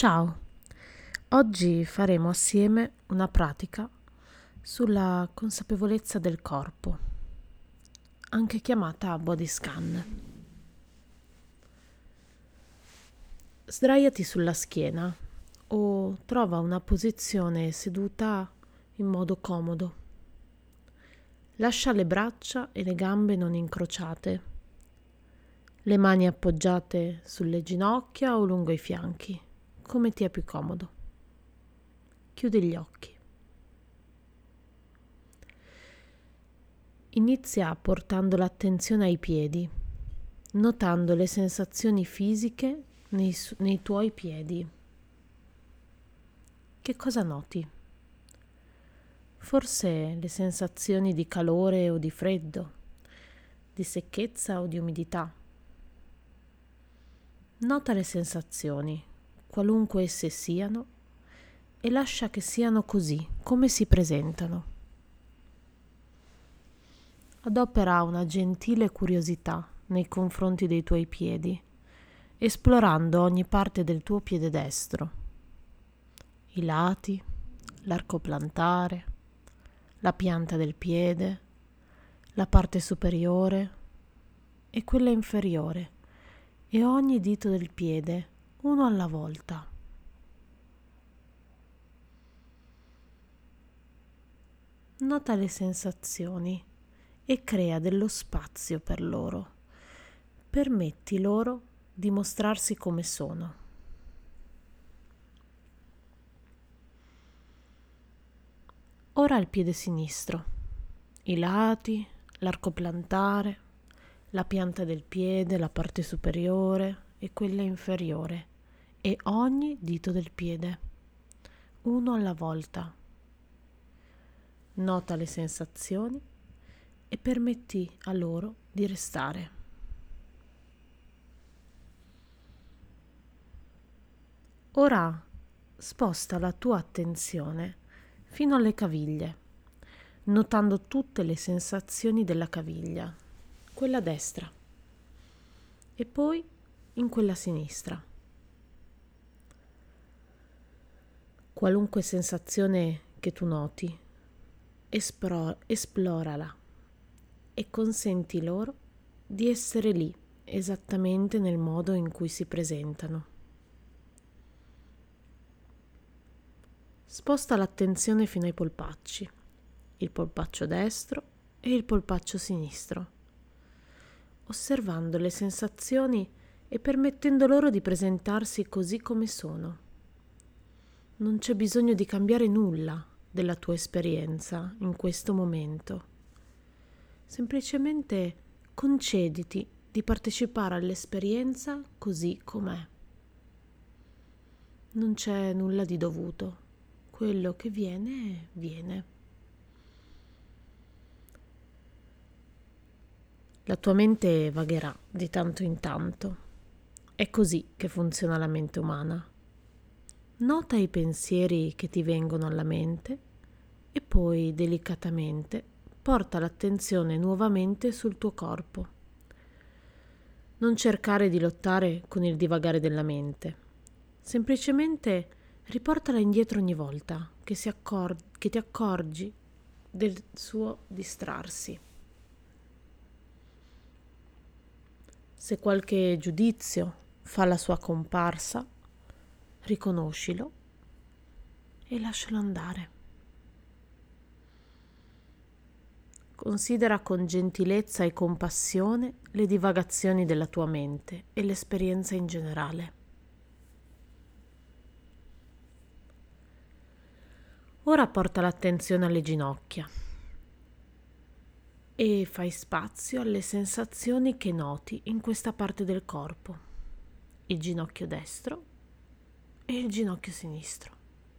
Ciao, oggi faremo assieme una pratica sulla consapevolezza del corpo, anche chiamata body scan. Sdraiati sulla schiena o trova una posizione seduta in modo comodo. Lascia le braccia e le gambe non incrociate, le mani appoggiate sulle ginocchia o lungo i fianchi, come ti è più comodo. Chiudi gli occhi. Inizia portando l'attenzione ai piedi, notando le sensazioni fisiche nei tuoi piedi. Che cosa noti? Forse le sensazioni di calore o di freddo, di secchezza o di umidità. Nota le sensazioni, qualunque esse siano, e lascia che siano così, come si presentano. Adopera una gentile curiosità nei confronti dei tuoi piedi, esplorando ogni parte del tuo piede destro, i lati, l'arco plantare, la pianta del piede, la parte superiore e quella inferiore, e ogni dito del piede, uno alla volta. Nota le sensazioni e crea dello spazio per loro. Permetti loro di mostrarsi come sono. Ora il piede sinistro, i lati, l'arco plantare, la pianta del piede, la parte superiore e quella inferiore, e ogni dito del piede, uno alla volta. Nota le sensazioni e permetti a loro di restare. Ora sposta la tua attenzione fino alle caviglie, notando tutte le sensazioni della caviglia, quella destra, e poi in quella sinistra. Qualunque sensazione che tu noti, esplorala e consenti loro di essere lì, esattamente nel modo in cui si presentano. Sposta l'attenzione fino ai polpacci, il polpaccio destro e il polpaccio sinistro, osservando le sensazioni e permettendo loro di presentarsi così come sono. Non c'è bisogno di cambiare nulla della tua esperienza in questo momento. Semplicemente concediti di partecipare all'esperienza così com'è. Non c'è nulla di dovuto. Quello che viene, viene. La tua mente vagherà di tanto in tanto. È così che funziona la mente umana. Nota i pensieri che ti vengono alla mente e poi delicatamente porta l'attenzione nuovamente sul tuo corpo. Non cercare di lottare con il divagare della mente. Semplicemente riportala indietro ogni volta che ti accorgi del suo distrarsi. Se qualche giudizio fa la sua comparsa, riconoscilo e lascialo andare. Considera con gentilezza e compassione le divagazioni della tua mente e l'esperienza in generale. Ora porta l'attenzione alle ginocchia e fai spazio alle sensazioni che noti in questa parte del corpo, il ginocchio destro e il ginocchio sinistro.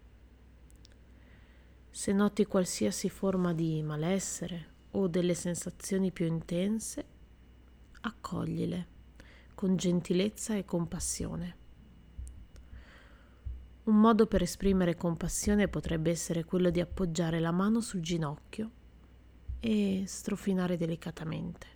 Se noti qualsiasi forma di malessere o delle sensazioni più intense, accoglile con gentilezza e compassione. Un modo per esprimere compassione potrebbe essere quello di appoggiare la mano sul ginocchio e strofinare delicatamente.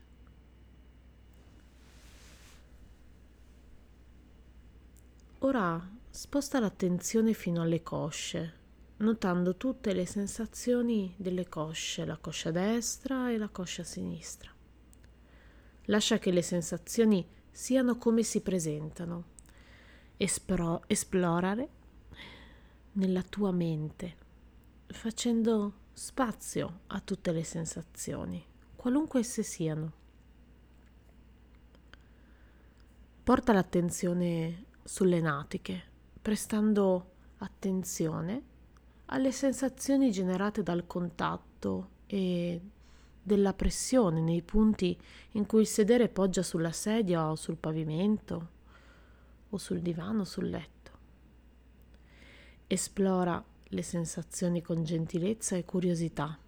Ora Sposta l'attenzione fino alle cosce, notando tutte le sensazioni delle cosce, la coscia destra e la coscia sinistra. Lascia che le sensazioni siano come si presentano. Esplorare nella tua mente, facendo spazio a tutte le sensazioni, qualunque esse siano. Porta l'attenzione sulle natiche, prestando attenzione alle sensazioni generate dal contatto e della pressione nei punti in cui il sedere poggia sulla sedia o sul pavimento o sul divano o sul letto. Esplora le sensazioni con gentilezza e curiosità.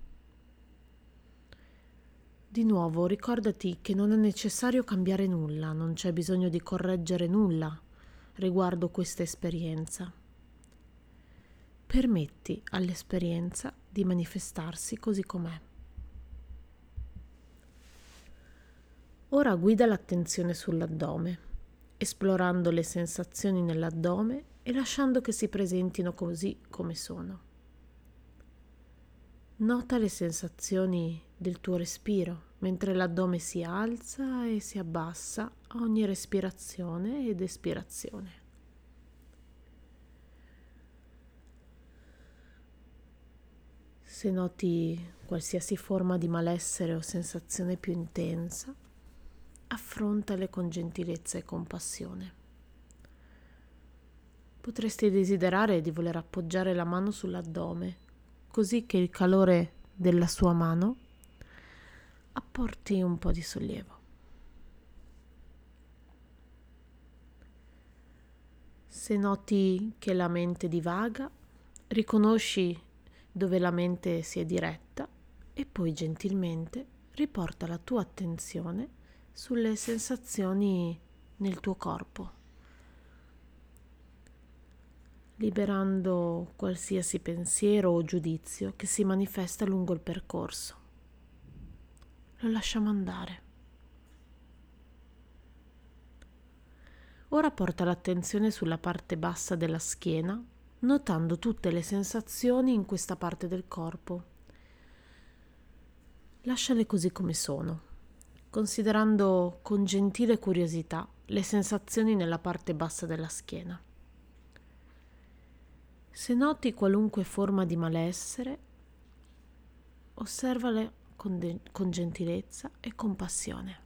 Di nuovo, ricordati che non è necessario cambiare nulla, non c'è bisogno di correggere nulla riguardo questa esperienza. Permetti all'esperienza di manifestarsi così com'è. Ora guida l'attenzione sull'addome, esplorando le sensazioni nell'addome e lasciando che si presentino così come sono. Nota le sensazioni del tuo respiro, mentre l'addome si alza e si abbassa a ogni respirazione ed espirazione. Se noti qualsiasi forma di malessere o sensazione più intensa, affrontale con gentilezza e compassione. Potresti desiderare di voler appoggiare la mano sull'addome, così che il calore della sua mano apporti un po' di sollievo. Se noti che la mente divaga, riconosci dove la mente si è diretta e poi gentilmente riporta la tua attenzione sulle sensazioni nel tuo corpo, liberando qualsiasi pensiero o giudizio che si manifesta lungo il percorso. Lo lasciamo andare. Ora porta l'attenzione sulla parte bassa della schiena, notando tutte le sensazioni in questa parte del corpo. Lasciale così come sono, considerando con gentile curiosità le sensazioni nella parte bassa della schiena. Se noti qualunque forma di malessere, osservale con gentilezza e compassione.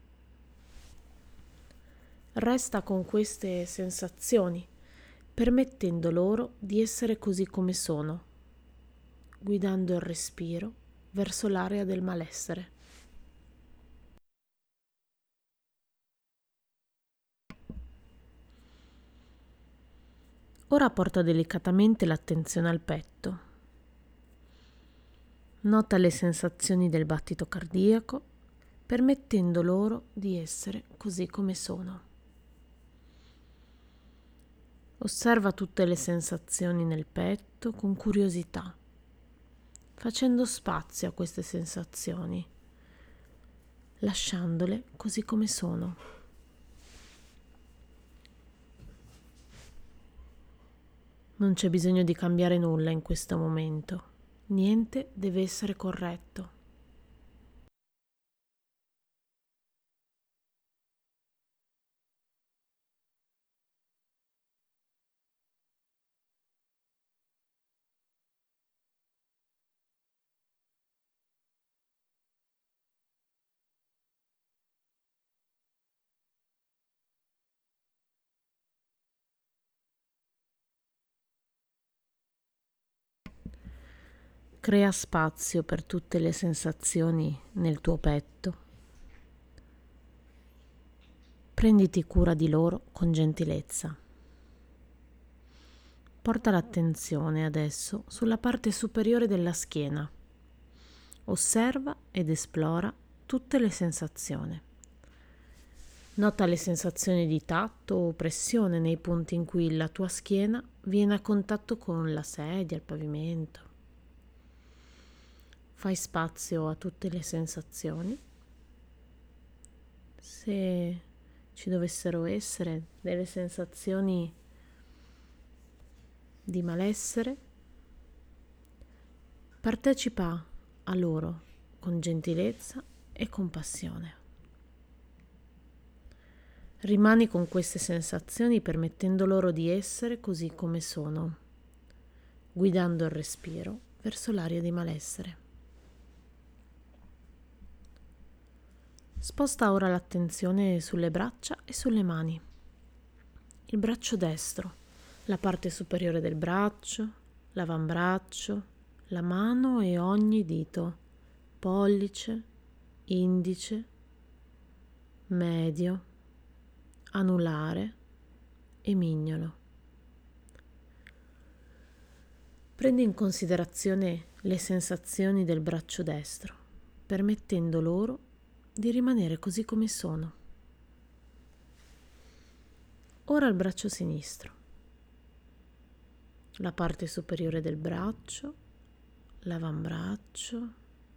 Resta con queste sensazioni, permettendo loro di essere così come sono, guidando il respiro verso l'area del malessere. Ora porta delicatamente l'attenzione al petto. Nota le sensazioni del battito cardiaco, permettendo loro di essere così come sono. Osserva tutte le sensazioni nel petto con curiosità, facendo spazio a queste sensazioni, lasciandole così come sono. Non c'è bisogno di cambiare nulla in questo momento, niente deve essere corretto. Crea spazio per tutte le sensazioni nel tuo petto. Prenditi cura di loro con gentilezza. Porta l'attenzione adesso sulla parte superiore della schiena. Osserva ed esplora tutte le sensazioni. Nota le sensazioni di tatto o pressione nei punti in cui la tua schiena viene a contatto con la sedia, il pavimento. Fai spazio a tutte le sensazioni. Se ci dovessero essere delle sensazioni di malessere, partecipa a loro con gentilezza e compassione. Rimani con queste sensazioni permettendo loro di essere così come sono, guidando il respiro verso l'area di malessere. Sposta ora l'attenzione sulle braccia e sulle mani. Il braccio destro, la parte superiore del braccio, l'avambraccio, la mano e ogni dito, pollice, indice, medio, anulare e mignolo. Prendi in considerazione le sensazioni del braccio destro, permettendo loro di rimanere così come sono. Ora il braccio sinistro, la parte superiore del braccio, l'avambraccio,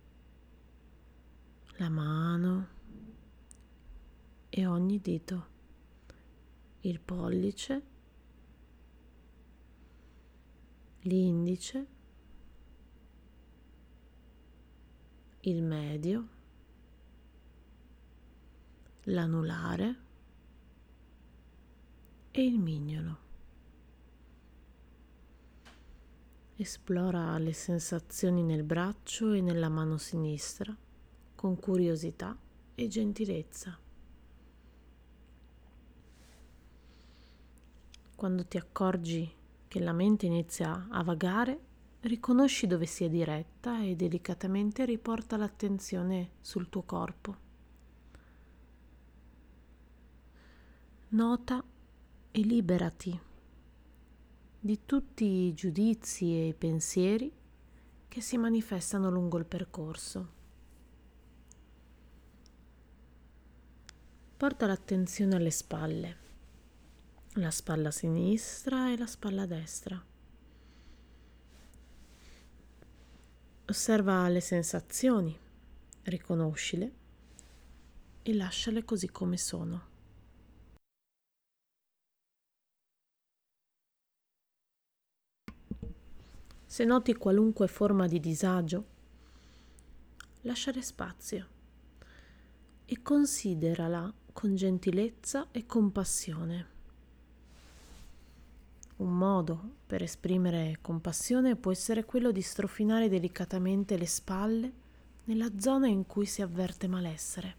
la mano e ogni dito, il pollice, l'indice, il medio, l'anulare e il mignolo. Esplora le sensazioni nel braccio e nella mano sinistra con curiosità e gentilezza. Quando ti accorgi che la mente inizia a vagare, riconosci dove sia diretta e delicatamente riporta l'attenzione sul tuo corpo. Nota e liberati di tutti i giudizi e i pensieri che si manifestano lungo il percorso. Porta l'attenzione alle spalle, la spalla sinistra e la spalla destra. Osserva le sensazioni, riconoscile e lasciale così come sono. Se noti qualunque forma di disagio, lasciare spazio e considerala con gentilezza e compassione. Un modo per esprimere compassione può essere quello di strofinare delicatamente le spalle nella zona in cui si avverte malessere.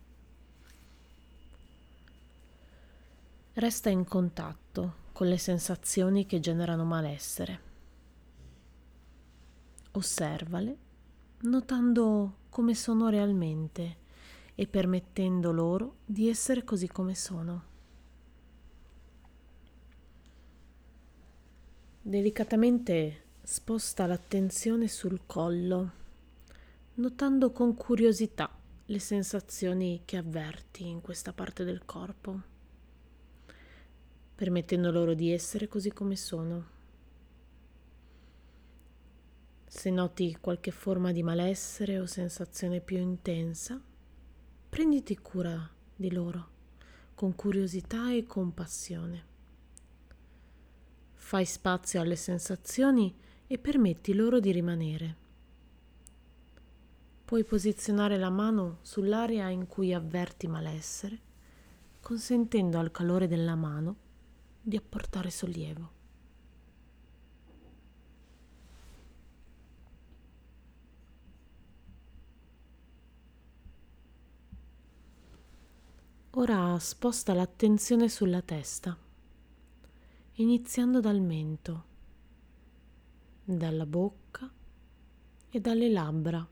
Resta in contatto con le sensazioni che generano malessere. Osservale, notando come sono realmente e permettendo loro di essere così come sono. Delicatamente sposta l'attenzione sul collo, notando con curiosità le sensazioni che avverti in questa parte del corpo, permettendo loro di essere così come sono. Se noti qualche forma di malessere o sensazione più intensa, prenditi cura di loro con curiosità e compassione. Fai spazio alle sensazioni e permetti loro di rimanere. Puoi posizionare la mano sull'area in cui avverti malessere, consentendo al calore della mano di apportare sollievo. Ora sposta l'attenzione sulla testa, iniziando dal mento, dalla bocca e dalle labbra.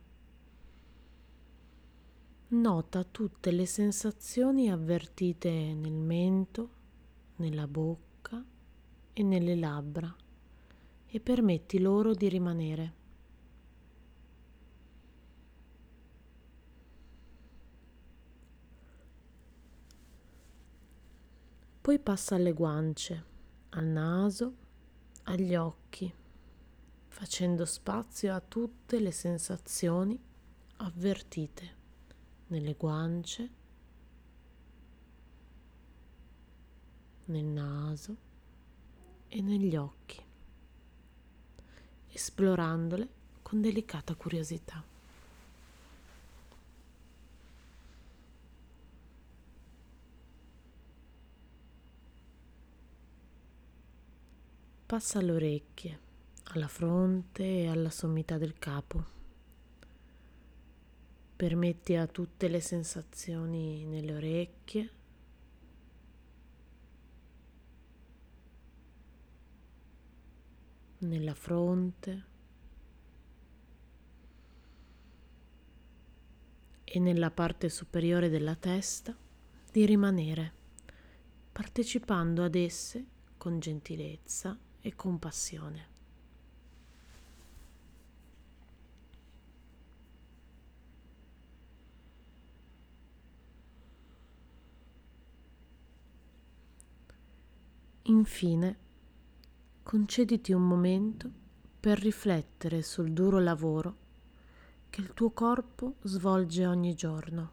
Nota tutte le sensazioni avvertite nel mento, nella bocca e nelle labbra e permetti loro di rimanere. Poi passa alle guance, al naso, agli occhi, facendo spazio a tutte le sensazioni avvertite nelle guance, nel naso e negli occhi. esplorandole con delicata curiosità. Passa alle orecchie, alla fronte e alla sommità del capo. Permetti a tutte le sensazioni nelle orecchie, nella fronte e nella parte superiore della testa di rimanere, partecipando ad esse con gentilezza e compassione. Infine, concediti un momento per riflettere sul duro lavoro che il tuo corpo svolge ogni giorno.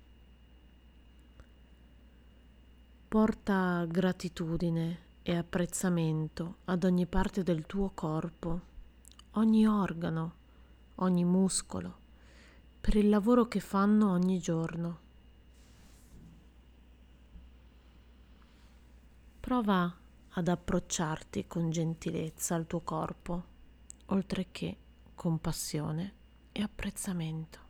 Porta gratitudine e apprezzamento ad ogni parte del tuo corpo, ogni organo, ogni muscolo, per il lavoro che fanno ogni giorno. Prova ad approcciarti con gentilezza al tuo corpo, oltre che con passione e apprezzamento.